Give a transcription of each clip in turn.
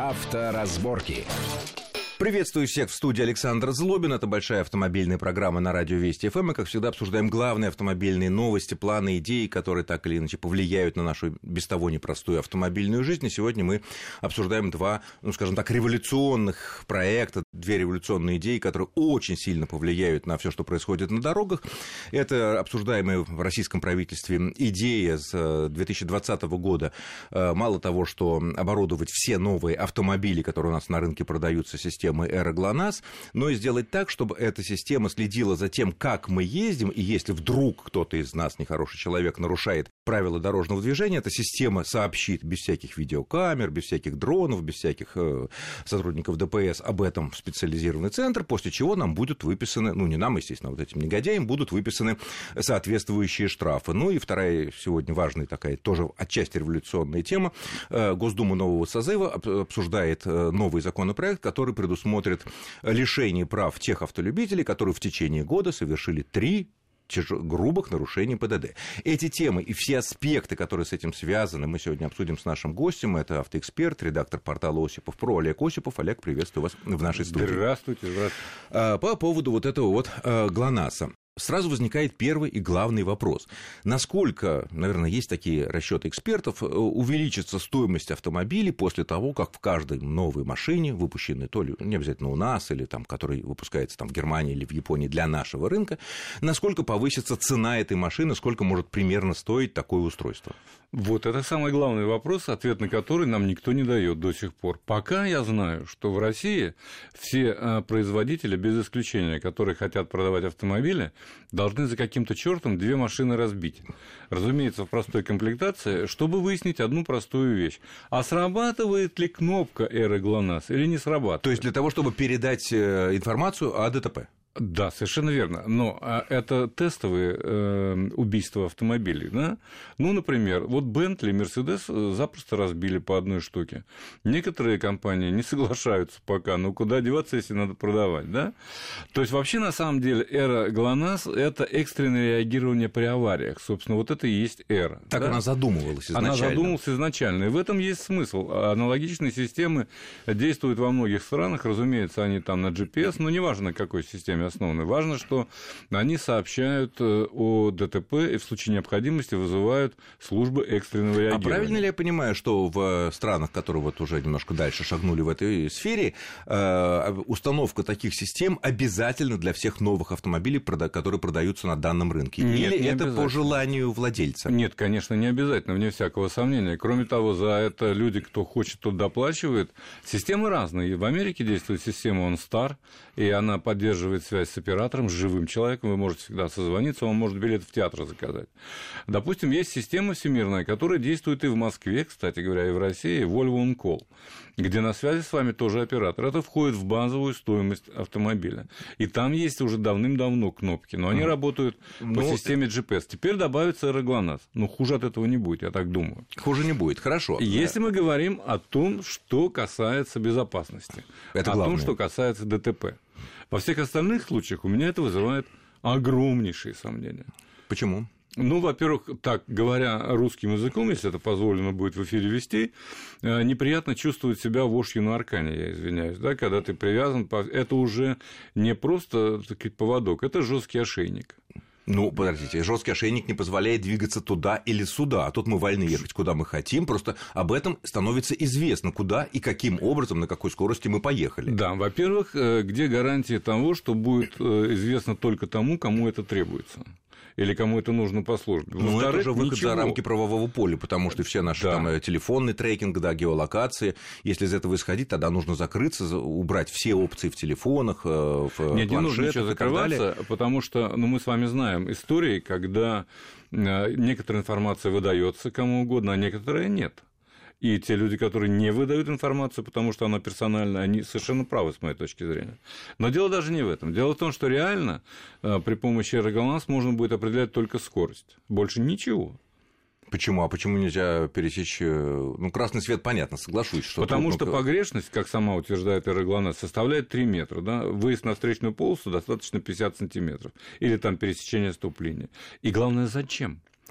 Авторазборки. Приветствую всех в студии Александр Злобин. Это большая автомобильная программа на радио Вести ФМ. Мы, как всегда, обсуждаем главные автомобильные новости, планы, идеи, которые так или иначе повлияют на нашу без того непростую автомобильную жизнь. И сегодня мы обсуждаем два, скажем так, революционных проекта, две революционные идеи, которые очень сильно повлияют на все, что происходит на дорогах. Это обсуждаемая в российском правительстве идея с 2020 года. Мало того, что оборудовать все новые автомобили, которые у нас на рынке продаются, системой Эра ГЛОНАСС, но и сделать так, чтобы эта система следила за тем, как мы ездим, и если вдруг кто-то из нас, нехороший человек, нарушает правила дорожного движения, эта система сообщит без всяких видеокамер, без всяких дронов, без всяких сотрудников ДПС об этом в специализированный центр, после чего нам будут выписаны, не нам, естественно, а вот этим негодяям будут выписаны соответствующие штрафы. Ну и вторая сегодня важная такая, тоже отчасти революционная тема. Госдума нового созыва обсуждает новый законопроект, который предусмотрит лишение прав тех автолюбителей, которые в течение года совершили 3 грубых нарушений ПДД. Эти темы и все аспекты, которые с этим связаны, мы сегодня обсудим с нашим гостем. Это автоэксперт, редактор портала Осипов.про Олег Осипов. Олег, приветствую вас в нашей студии. Здравствуйте. По поводу вот этого ГЛОНАССа. Сразу возникает первый и главный вопрос. Насколько, наверное, есть такие расчеты экспертов, увеличится стоимость автомобилей после того, как в каждой новой машине, выпущенной то ли не обязательно у нас, или там, который выпускается там, в Германии или в Японии для нашего рынка, насколько повысится цена этой машины, сколько может примерно стоить такое устройство? Вот это самый главный вопрос, ответ на который нам никто не дает до сих пор. Пока я знаю, что в России все производители, без исключения, которые хотят продавать автомобили, должны за каким-то чертом 2 машины разбить. Разумеется, в простой комплектации, чтобы выяснить одну простую вещь. А срабатывает ли кнопка Эры ГЛОНАСС или не срабатывает? То есть для того, чтобы передать информацию о ДТП? Да, совершенно верно. Но это тестовые убийства автомобилей. Да? Например, вот Bentley, Mercedes запросто разбили по одной штуке. Некоторые компании не соглашаются пока. Куда деваться, если надо продавать? Да? То есть, вообще, на самом деле, Эра ГЛОНАСС – это экстренное реагирование при авариях. Собственно, вот это и есть Эра. Так, да? Она задумывалась изначально. Она задумывалась изначально. И в этом есть смысл. Аналогичные системы действуют во многих странах. Разумеется, они там на GPS, но неважно, какой системе основаны. Важно, что они сообщают о ДТП и в случае необходимости вызывают службы экстренного реагирования. А правильно ли я понимаю, что в странах, которые вот уже немножко дальше шагнули в этой сфере, установка таких систем обязательна для всех новых автомобилей, которые продаются на данном рынке? Нет, или это по желанию владельца? Нет, конечно, не обязательно, вне всякого сомнения. Кроме того, за это люди, кто хочет, тот доплачивает. Системы разные. В Америке действует система OnStar, и она поддерживает связь с оператором, с живым человеком, вы можете всегда созвониться, он может билет в театр заказать. Допустим, есть система всемирная, которая действует и в Москве, кстати говоря, и в России, Volvo On Call, где на связи с вами тоже оператор. Это входит в базовую стоимость автомобиля. И там есть уже давным-давно кнопки, но они работают по системе GPS. Теперь добавится Эра ГЛОНАСС. Хуже от этого не будет, я так думаю. Хуже не будет, хорошо. Если мы говорим о том, что касается безопасности, это о главное. том, что касается ДТП. Во всех остальных случаях у меня это вызывает огромнейшие сомнения. Почему? Во-первых, так говоря русским языком, если это позволено будет в эфире вести, неприятно чувствовать себя вошью на аркане, я извиняюсь, да, когда ты привязан, это уже не просто поводок, это жесткий ошейник. Подождите, жесткий ошейник не позволяет двигаться туда или сюда, а тут мы вольны ехать куда мы хотим, просто об этом становится известно, куда и каким образом, на какой скорости мы поехали. Да, во-первых, где гарантия того, что будет известно только тому, кому это требуется? Или кому это нужно по службе. Это уже выход за рамки правового поля, потому что все наши телефонный трекинг, геолокации, если из этого исходить, тогда нужно закрыться, убрать все опции в телефонах, в планшетах. Не нужно ничего закрываться, потому что мы с вами знаем истории, когда некоторая информация выдается кому угодно, а некоторая нет. И те люди, которые не выдают информацию, потому что она персональная, они совершенно правы, с моей точки зрения. Но дело даже не в этом. Дело в том, что реально при помощи Эры ГЛОНАСС можно будет определять только скорость. Больше ничего. Почему? А почему нельзя пересечь... красный свет, понятно, соглашусь. Что потому что погрешность, как сама утверждает Эра ГЛОНАСС, составляет 3 метра. Да? Выезд на встречную полосу достаточно 50 сантиметров. Или там пересечение стоп-линии. И главное, зачем?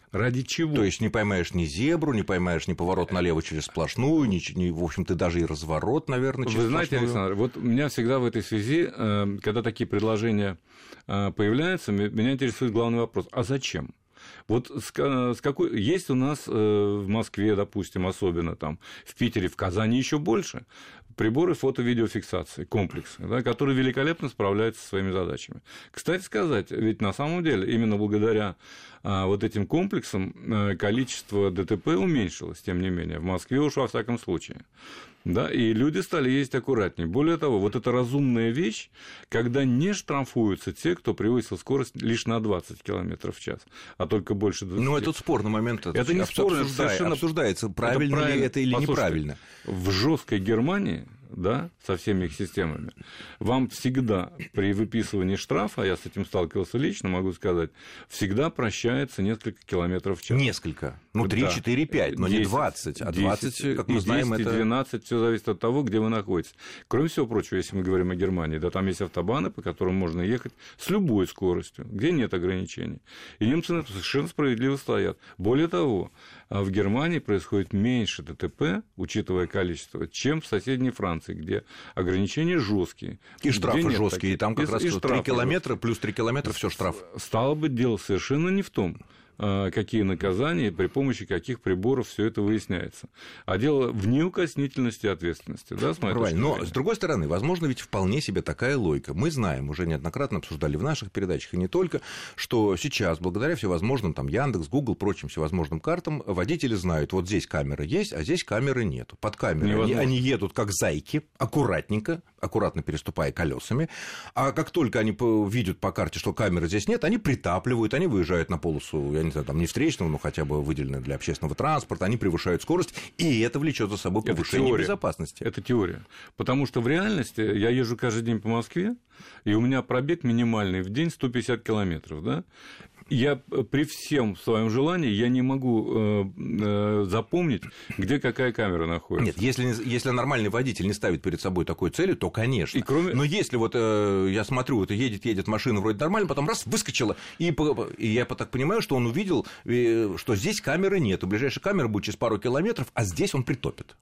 Ради чего? То есть не поймаешь ни зебру, не поймаешь ни поворот налево через сплошную, ни в общем, ты даже и разворот, наверное, через сплошную. Вы знаете, сплошную. Александр, вот меня всегда в этой связи, когда такие предложения появляются, меня интересует главный вопрос: а зачем? Вот с какой... Есть у нас в Москве, допустим, особенно там, в Питере, в Казани еще больше приборы фото-видеофиксации, комплексы, да, которые великолепно справляются со своими задачами. Кстати сказать, ведь на самом деле именно благодаря вот этим комплексам количество ДТП уменьшилось, тем не менее, в Москве уж во всяком случае. Да, и люди стали ездить аккуратнее. Более того, вот эта разумная вещь, когда не штрафуются те, кто превысил скорость лишь на 20 км в час, а только больше 20. Ну, это спорный момент. Это не спорно, совершенно обсуждается, правильно ли это или неправильно. В жесткой Германии, да, со всеми их системами, вам всегда при выписывании штрафа, я с этим сталкивался лично, могу сказать, всегда прощается несколько километров в час. Несколько. Ну, 3, да. 4, 5, но 10, не 20. А 20, 10, как мы знаем, 10, это... 12, все зависит от того, где вы находитесь. Кроме всего прочего, если мы говорим о Германии, да, там есть автобаны, по которым можно ехать с любой скоростью, где нет ограничений. И немцы на это совершенно справедливо стоят. Более того, в Германии происходит меньше ДТП, учитывая количество, чем в соседней Франции, где ограничения жесткие. И штрафы жесткие, и там как раз 3 километра плюс 3 километра, все штраф. Стало быть, дело совершенно не в том, какие наказания, при помощи каких приборов все это выясняется. А дело в неукоснительности ответственности. Да, но, с другой стороны, возможно, ведь вполне себе такая логика. Мы знаем, уже неоднократно обсуждали в наших передачах, и не только, что сейчас, благодаря всевозможным там, Яндекс, Google, прочим всевозможным картам, водители знают, вот здесь камера есть, а здесь камеры нет. Под камерой они едут как зайки, аккуратненько, аккуратно переступая колесами, а как только они видят по карте, что камеры здесь нет, они притапливают, они выезжают на полосу, я не знаю, там не встречного, но хотя бы выделенную для общественного транспорта, они превышают скорость, и это влечет за собой повышение безопасности. Это теория. Потому что в реальности я езжу каждый день по Москве, и у меня пробег минимальный в день 150 километров, да? Я при всем своем желании я не могу запомнить, где какая камера находится. Нет, если нормальный водитель не ставит перед собой такой цели, то, конечно. Но если вот я смотрю, вот едет машина вроде нормально, потом раз выскочила, и я так понимаю, что он увидел, что здесь камеры нет, ближайшая камера будет через пару километров, а здесь он притопит.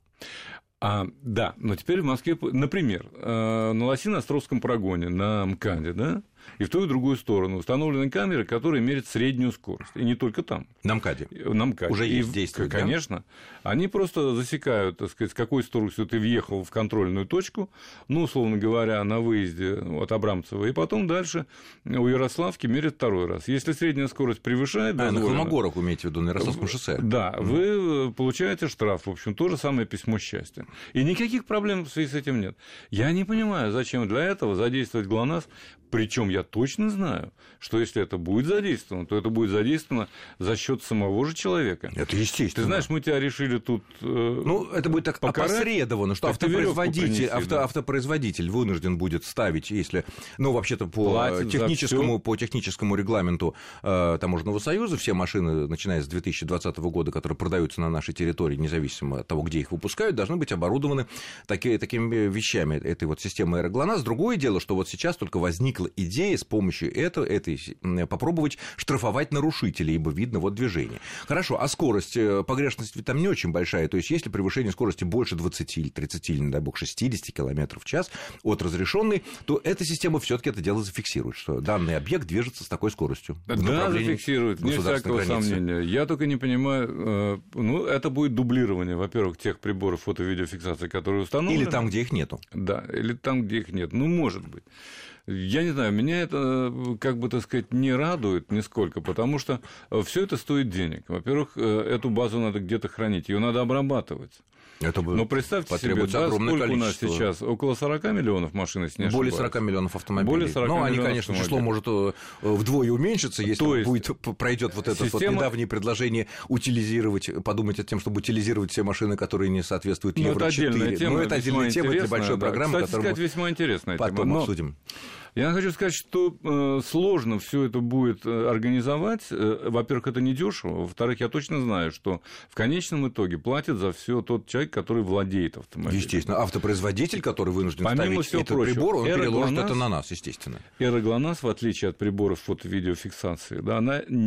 Да, но теперь в Москве, например, на Лосино-Островском прогоне, на МКАДе, да, и в ту и в другую сторону установлены камеры, которые меряют среднюю скорость. И не только там. На МКАДе. На МКАДе. Уже есть действует, конечно. Да? Они просто засекают, так сказать, с какой скоростью ты въехал в контрольную точку, ну, условно говоря, на выезде от Абрамцева, и потом дальше у Ярославки мерят второй раз. Если средняя скорость превышает... на Холмогорах, имеете в виду, на Ярославском шоссе. Да, вы получаете штраф. В общем, то же самое письмо счастья. И никаких проблем в связи с этим нет. Я не понимаю, зачем для этого задействовать ГЛОНАСС. Причем я точно знаю, что если это будет задействовано, то это будет задействовано за счет самого же человека. Это естественно. Ты знаешь, мы тебя решили тут это будет так покарать, опосредованно, что автопроизводитель вынужден будет ставить, если, вообще-то по техническому регламенту Таможенного союза, все машины, начиная с 2020 года, которые продаются на нашей территории, независимо от того, где их выпускают, должны быть оборудованы такими вещами, этой вот системой ГЛОНАСС. Другое дело, что вот сейчас только возникла идея с помощью этой попробовать штрафовать нарушителей, ибо видно вот движение. Хорошо, а скорость, погрешность ведь там не очень большая, то есть если превышение скорости больше 20 или 30 или, не дай бог, 60 км в час от разрешенной, то эта система все-таки это дело зафиксирует, что данный объект движется с такой скоростью. Да, зафиксирует, не всякого сомнения. Я только не понимаю, это будет дублирование, во-первых, тех приборов фото-видеофиксации, которые установлены. Или там, где их нету. Да, или там, где их нет. Может быть. Я не знаю, меня это, не радует нисколько, потому что все это стоит денег. Во-первых, эту базу надо где-то хранить, ее надо обрабатывать. Но представьте себе, сколько у нас сейчас? Около 40 миллионов машин, если не ошибаюсь. Более 40 миллионов автомобилей. Более 40 миллионов они, конечно, число может вдвое уменьшиться, если пройдет вот это недавнее предложение подумать над тем, чтобы утилизировать все машины, которые не соответствуют Евро-4. Это отдельная тема для большой программы, которую мы весьма интересная потом обсудим. Я хочу сказать, что сложно все это будет организовать. Во-первых, это недешево. Во-вторых, я точно знаю, что в конечном итоге платит за все тот человек, который владеет автомобилем. Естественно, автопроизводитель, который вынужден ставить этот прибор, он переложит это на нас, естественно. ГЛОНАСС, в отличие от приборов фото-видеофиксации, она не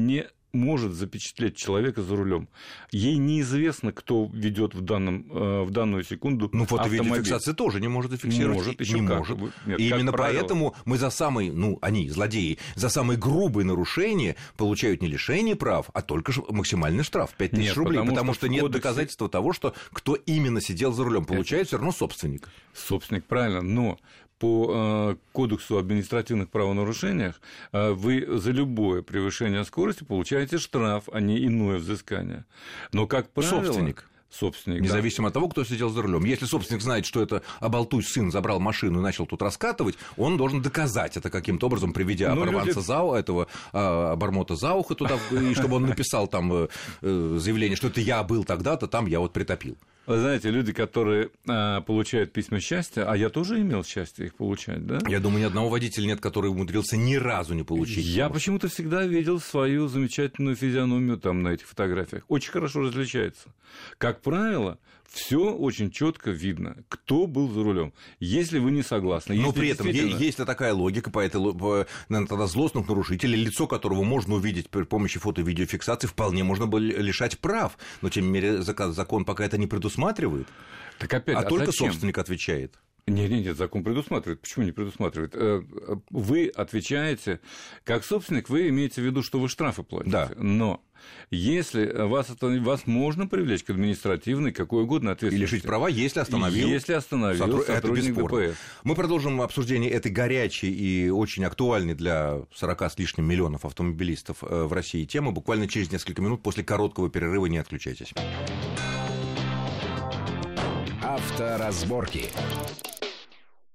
может запечатлеть человека за рулем. Ей неизвестно, кто ведет в данную секунду автомобиль. Фото-видеофиксация тоже не может зафиксировать. Может, еще не как. может. Нет, и именно правило... поэтому мы за самые, они, злодеи, за самые грубые нарушения получают не лишение прав, а только максимальный штраф 5000 рублей, потому что нет доказательства того, что кто именно сидел за рулем. Получает все равно собственник. Собственник, правильно, но по Кодексу об административных правонарушениях вы за любое превышение скорости получаете штраф, а не иное взыскание. Но, как правило... Собственник, независимо от того, кто сидел за рулем. Если собственник знает, что это оболтусь сын забрал машину и начал тут раскатывать, он должен доказать это каким-то образом, приведя обормота за ухо туда, и чтобы он написал там заявление, что это я был тогда-то, там я вот притопил. Вы знаете, люди, которые получают письма счастья, а я тоже имел счастье их получать, да? Я думаю, ни одного водителя нет, который умудрился ни разу не получить. Я почему-то всегда видел свою замечательную физиономию там на этих фотографиях. Очень хорошо различается. Как правило, все очень четко видно, кто был за рулем. Если вы не согласны. Но при этом есть такая логика, тогда злостных нарушителей, лицо которого можно увидеть при помощи фото-видеофиксации, вполне можно было лишать прав. Но, тем не менее, закон пока это не предусматривает. Так опять, только зачем? Собственник отвечает. Нет, закон предусматривает. Почему не предусматривает? Вы отвечаете, как собственник, вы имеете в виду, что вы штрафы платите. Да. Но если вас можно привлечь к административной, какой угодно ответственности. И лишить права, если остановил сотрудник ДПС. Мы продолжим обсуждение этой горячей и очень актуальной для 40 с лишним миллионов автомобилистов в России темы буквально через несколько минут после короткого перерыва. Не отключайтесь. Авторазборки.